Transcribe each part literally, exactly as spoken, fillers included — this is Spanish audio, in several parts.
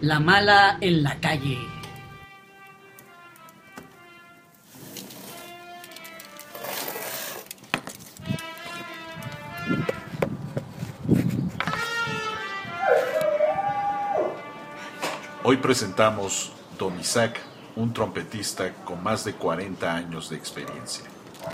La mala en la calle. Hoy presentamos Don Isaac, un trompetista con más de cuarenta años de experiencia.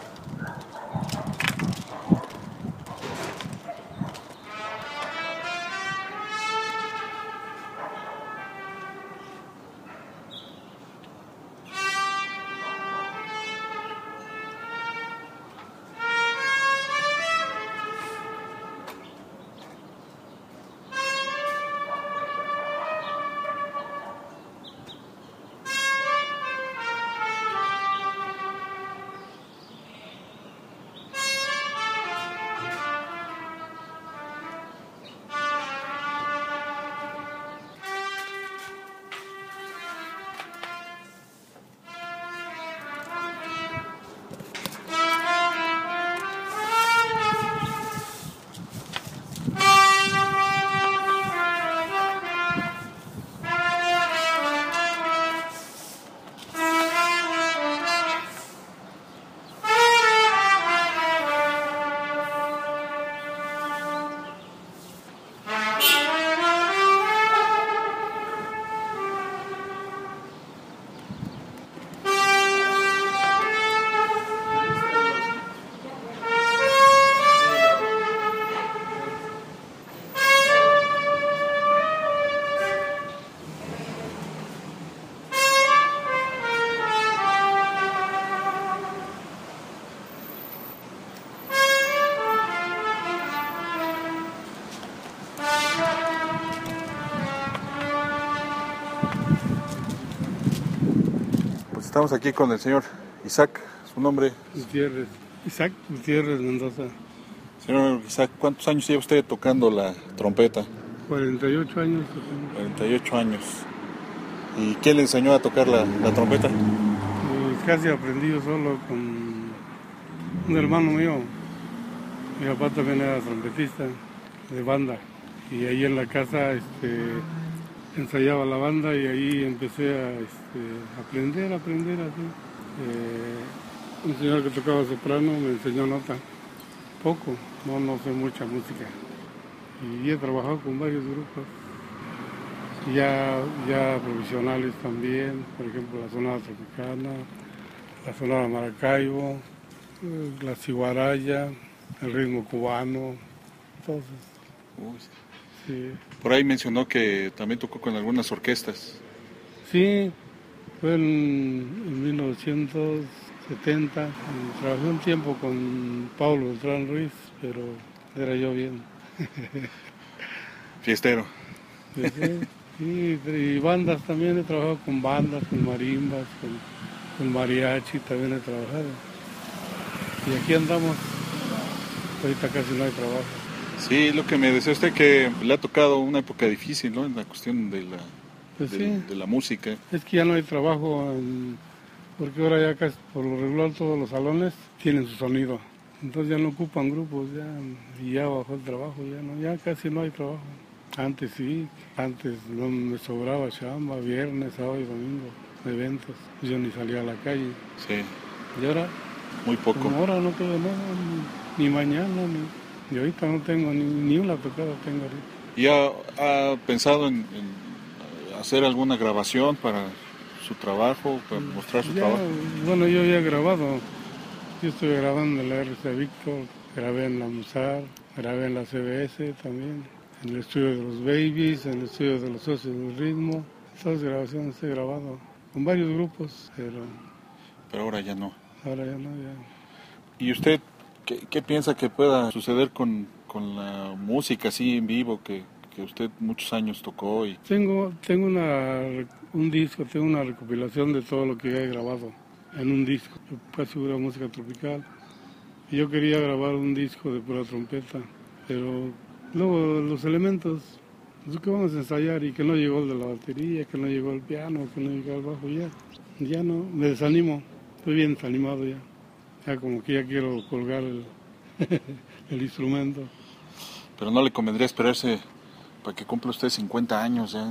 Estamos aquí con el señor Isaac, su nombre. Gutiérrez, Isaac Gutiérrez Mendoza. Señor Isaac, ¿cuántos años lleva usted tocando la trompeta? cuarenta y ocho años. cuarenta y ocho años. ¿Y quién le enseñó a tocar la, la trompeta? Pues casi aprendí yo solo con un hermano mío. Mi papá también era trompetista de banda. Y ahí en la casa este, ensayaba la banda y ahí empecé a este, aprender, aprender así. Eh, un señor que tocaba soprano me enseñó nota, poco, no, no sé mucha música. Y he trabajado con varios grupos, ya, ya profesionales también, por ejemplo la Sonora Tropicana, la Sonora Maracaibo, la Ciguaraya, el ritmo cubano, todos esos. Sí. Por ahí mencionó que también tocó con algunas orquestas. Sí, fue en, en mil novecientos setenta. Trabajé un tiempo con Paulo Beltrán Ruiz, pero era yo bien. Fiestero. Sí, sí, y bandas también, he trabajado con bandas, con marimbas, con, con mariachi también he trabajado. Y aquí andamos, ahorita casi no hay trabajo. Sí, lo que me decía usted que le ha tocado una época difícil, ¿no? En la cuestión de la, pues de, sí. de la música. Es que ya no hay trabajo, en, porque ahora ya casi por lo regular todos los salones tienen su sonido. Entonces ya no ocupan grupos, ya, y ya bajó el trabajo, ya no, ya casi no hay trabajo. Antes sí, antes no me sobraba chamba, viernes, sábado y domingo, eventos. Yo ni salía a la calle. Sí. Y ahora, muy poco. Como ahora no tengo nada, ni, ni mañana, ni... Y ahorita no tengo ni, ni una tocada tengo ahorita. ¿Y ha, ha pensado en, en hacer alguna grabación para su trabajo, para mostrar su ya, trabajo? Bueno, yo ya he grabado. Yo estoy grabando en la R C A Víctor, grabé en la Musar, grabé en la C B S también, en el estudio de los Babies, en el estudio de los Socios del Ritmo. Esas grabaciones he grabado con varios grupos, pero... Pero ahora ya no. Ahora ya no, ya. ¿Y usted qué, qué piensa que pueda suceder con, con la música así en vivo que, que usted muchos años tocó? Y... Tengo, tengo una, un disco, tengo una recopilación de todo lo que he grabado en un disco, casi pura música tropical. Y yo quería grabar un disco de pura trompeta, pero luego los elementos, pues, que vamos a ensayar y que no llegó el de la batería, que no llegó el piano, que no llegó el bajo, ya, ya no, me desanimo, estoy bien desanimado ya, ya como que ya quiero colgar el, el instrumento. Pero no le convendría esperarse para que cumpla usted cincuenta años ya. ¿No?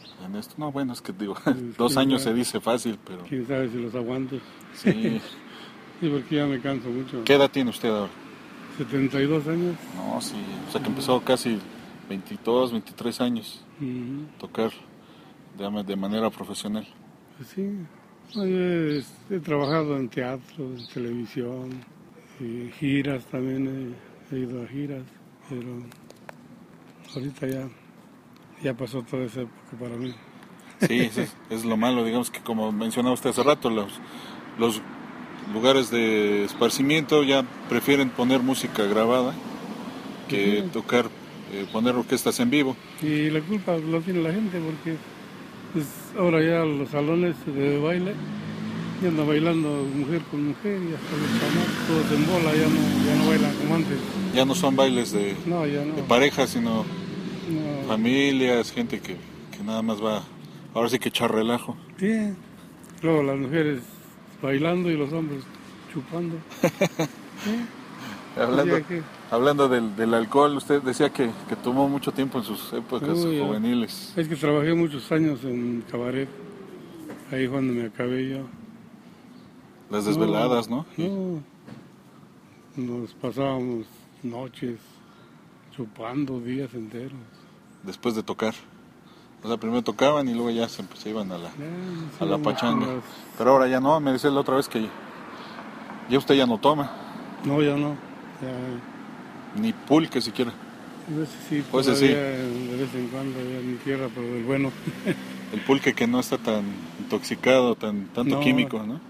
en esto. No, bueno, es que digo, Pues, dos quién años sabe. se dice fácil, pero Quién sabe si los aguanto. sí. Sí, porque ya me canso mucho. ¿Qué edad tiene usted ahora? setenta y dos años. No, sí, o sea que empezó casi veintidós, veintitrés años Ujú. tocar de, de manera profesional. Pues sí. No, yo he, he trabajado en teatro, en televisión, y giras también, he, he ido a giras, pero ahorita ya, ya pasó toda esa época para mí. Sí, eso es, es lo malo, digamos que como mencionaba usted hace rato, los, los lugares de esparcimiento ya prefieren poner música grabada que Ujú. tocar, eh, poner orquestas en vivo. Y la culpa lo tiene la gente porque pues, ahora ya los salones de baile ya andan bailando mujer con mujer y hasta los chamacos todos en bola, ya no, ya no bailan como antes. Ya no son bailes de, No, ya no. de parejas, sino no. familias, gente que, que nada más va, ahora sí que echar relajo. Sí. Luego las mujeres bailando y los hombres chupando. Sí. Hablando, Ya que- hablando del, del alcohol, usted decía que, que tomó mucho tiempo en sus épocas Uy, ya. juveniles. Es que trabajé muchos años en cabaret, ahí cuando me acabé yo. Las desveladas, ¿no? No, nos pasábamos noches chupando días enteros. Después de tocar. O sea, primero tocaban y luego ya se, se iban a la, Ya, nos a la íbamos pachanga. con las- Pero ahora ya no, me decía la otra vez que ya usted ya no toma, No, ya no. Ya, ni pulque siquiera. a veces sí, Pues sí. todavía de vez en cuando ya en mi tierra, pero del bueno. El pulque que no está tan intoxicado, tan tanto No. químico, ¿no?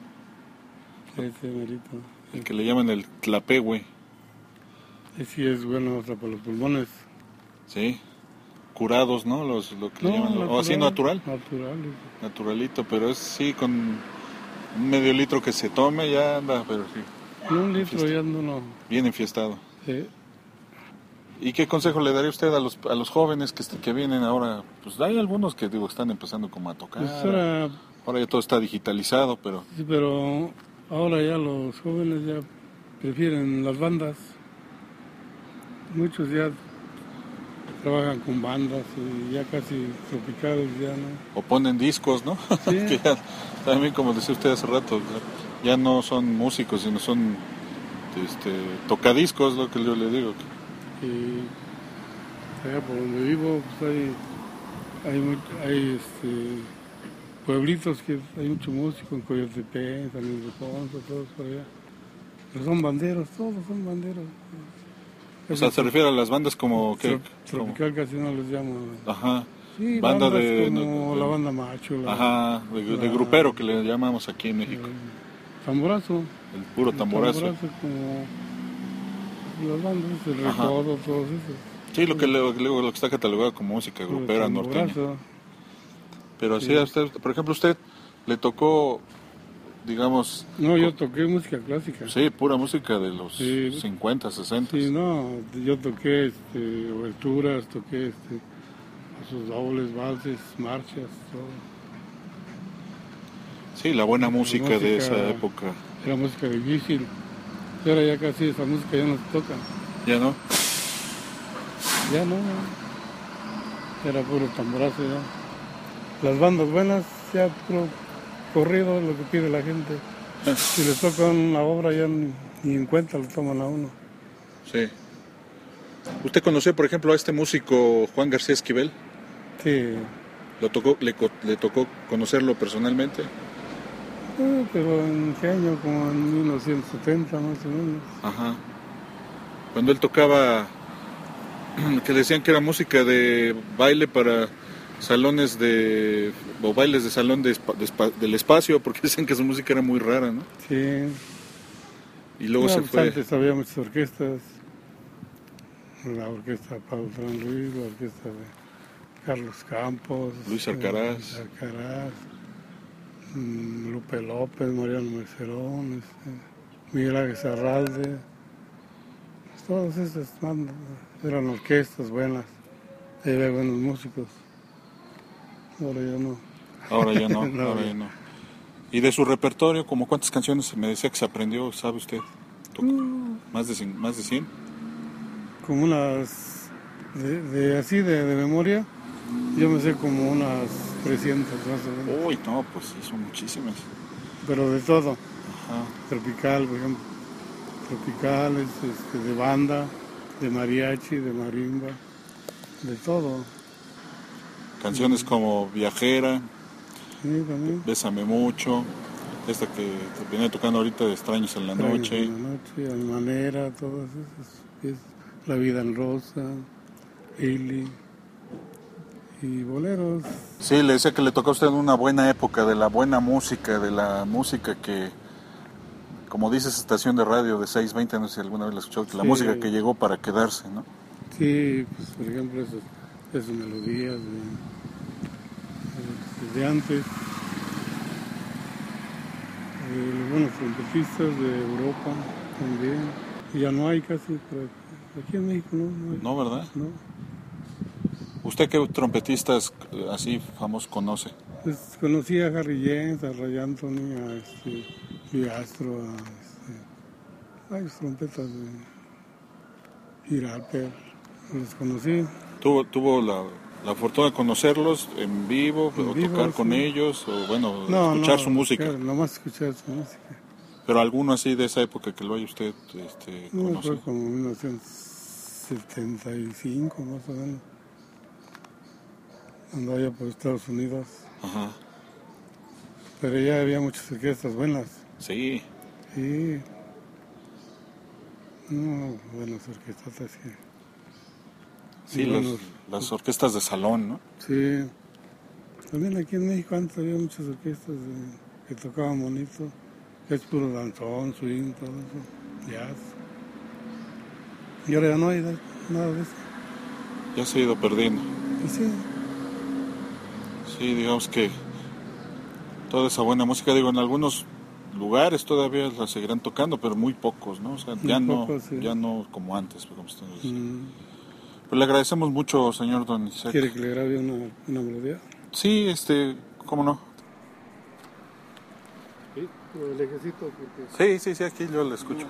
Ese merito. El que le llaman el tlapehue, Ese sí es bueno hasta para los pulmones. ¿sí? Curados, ¿no? Los, lo que le llaman, o así natural, Natural. naturalito, pero es sí con un medio litro que se tome ya anda, pero sí, En un litro ya ando no. bien enfiestado. Sí. ¿Y qué consejo le daría usted a los, a los jóvenes que, que vienen ahora? Pues hay algunos que digo están empezando como a tocar. Pues ahora, Ahora ya todo está digitalizado, pero sí, pero ahora ya los jóvenes ya prefieren las bandas. Muchos ya trabajan con bandas y ya casi tropicales ya no. o ponen discos, ¿no? Sí. Que ya, también como decía usted hace rato, ya no son músicos, sino son este, tocadiscos, lo que yo le digo. Y allá por donde vivo pues hay, hay, much- hay este, pueblitos que hay mucho músico, en Coyotepec, San Luis de Ponce, todos por allá. Pero son banderos, todos son banderos. O sea, se refiere a las bandas como que... Tro- Tropical casi no les llamo. Ajá, Sí, banda bandas de- como de- la banda Macho, la, ajá, de, de la- grupero que le llamamos aquí en México. el tamborazo. El puro tamborazo. Tamborazo como las bandas, el Ajá. recodo, todos esos. Sí, lo que, luego lo que está catalogado como música Puro grupera norteña. tamborazo. Pero así Sí. a usted, por ejemplo, usted le tocó, digamos, No, yo toqué música clásica. sí, pura música de los Sí. cincuenta, sesenta. Sí, no, yo toqué este, oberturas, toqué este, sus dobles, valses, marchas, todo. Sí, la buena música, de música- esa época. Era música difícil. Y ahora ya casi esa música ya no se toca. ¿Ya no? Ya no, era puro tamborazo ya. Las bandas buenas, ya puro corrido es lo que pide la gente. Si les toca una obra ya ni, ni en cuenta lo toman a uno. Sí. ¿Usted conoció, por ejemplo, a este músico Juan García Esquivel? Sí, ¿Lo tocó, le, co- le tocó conocerlo personalmente? eh, pero en qué año, como en mil novecientos setenta más o menos. Ajá. Cuando él tocaba, que le decían que era música de baile para salones de, o bailes de salón de, espa- de espa- del espacio, porque decían que su música era muy rara, ¿no? Sí. Y luego No, se pues fue. antes había muchas orquestas. La orquesta Pablo Tran Luis, la orquesta de Carlos Campos. Luis Alcaraz. eh, Alcaraz, mm, Lupe López, Mariano Mercerón, este, Miguel Ángel Zarralde. Pues todas esas bandas eran orquestas buenas. Ahí había buenos músicos. Ahora ya no. Ahora ya no, No, ahora ya. ya no. Y de su repertorio, ¿como cuántas canciones me decía que se aprendió, sabe usted? Toca- Mm, ¿Más de, cin- más de cien? como unas de, de así de, de memoria, Yo me sé como unas trescientas más o menos. Uy, no, pues sí, son muchísimas. Pero de todo. Ajá. Tropical, por ejemplo. Tropicales, este, de banda, de mariachi, de marimba, de todo. Canciones como Viajera, Sí, también. Bésame Mucho, esta que te viene tocando ahorita de Extraños en la Extraños Noche. en la noche, a mi manera, todas esas. Es La vida en rosa, Ili y boleros. Sí, le decía que le tocó a usted una buena época de la buena música, de la música que, como dice esa estación de radio de seiscientos veinte, no sé si alguna vez la escuchó, que la Sí. música que llegó para quedarse, ¿no? Sí, pues por ejemplo esas, esas melodías de, de, de antes, de los buenos trompetistas de Europa también. Y ya no hay casi, pero aquí en México no. No, hay. No, ¿verdad? No. ¿Usted qué trompetistas eh, así famosos conoce? Pues conocí a Harry James, a Ray Anthony, a este, Louis Astro, a este, varios trompetas de Giralper, los conocí. ¿Tuvo, tuvo la, la fortuna de conocerlos en vivo, En o vivo, tocar con sí. ellos, o bueno, No, escuchar no, su música? Claro, nomás escuchar su música. Pero alguno así de esa época que lo haya usted este, No, conoce. fue como mil novecientos setenta y cinco más o menos. Andaba allá por Estados Unidos. Ajá. Pero ya había muchas orquestas buenas. Sí. Sí. No, buenas orquestas que... Sí, y los- buenos- las orquestas de salón, ¿no? Sí. También aquí en México antes había muchas orquestas de- que tocaban bonito. Es puro danzón, swing, todo eso. Jazz. Y ahora ya no hay de- nada de eso. Ya se ha ido perdiendo. Y sí. Sí, digamos que toda esa buena música, digo, en algunos lugares todavía la seguirán tocando, pero muy pocos, ¿no? O sea, Muy ya no, pocos, sí. ya no como antes, como usted nos dice. Mm, Pues le agradecemos mucho, señor Don Isaac. ¿Quiere que le grabe una, una melodía? Sí, este, ¿cómo no? Sí, el ejército, porque... Sí, sí, sí, aquí yo le escucho.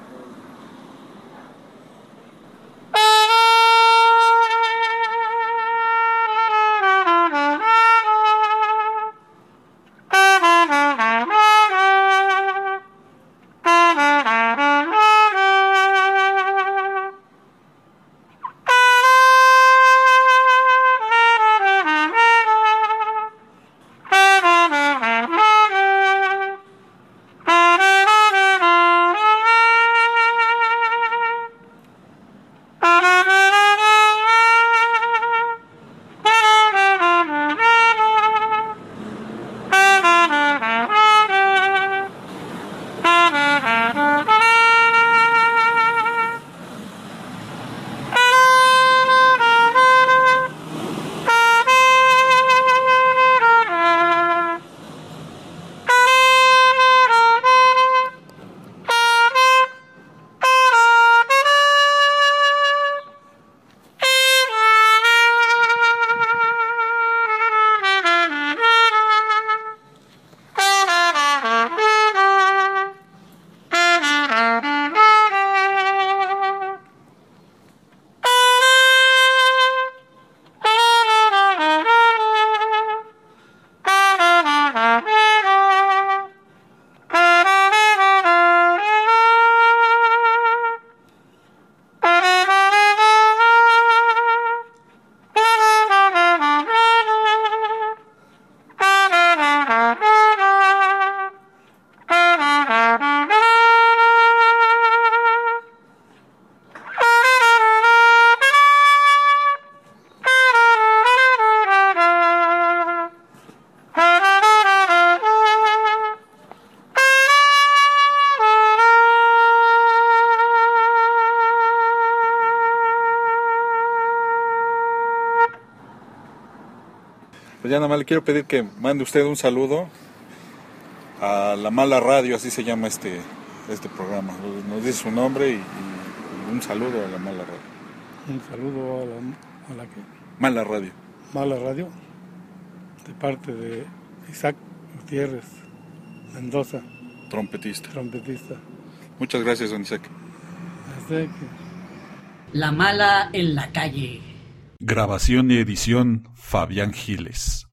Pues ya nada más le quiero pedir que mande usted un saludo a La Mala Radio, así se llama este, este programa. Nos dice su nombre y, y un saludo a La Mala Radio. Un saludo a la, a la que... Mala Radio. Mala Radio, de parte de Isaac Gutiérrez Mendoza, Trompetista. trompetista. Muchas gracias, don Isaac. Desde que... La mala en la calle. Grabación y edición Fabián Giles.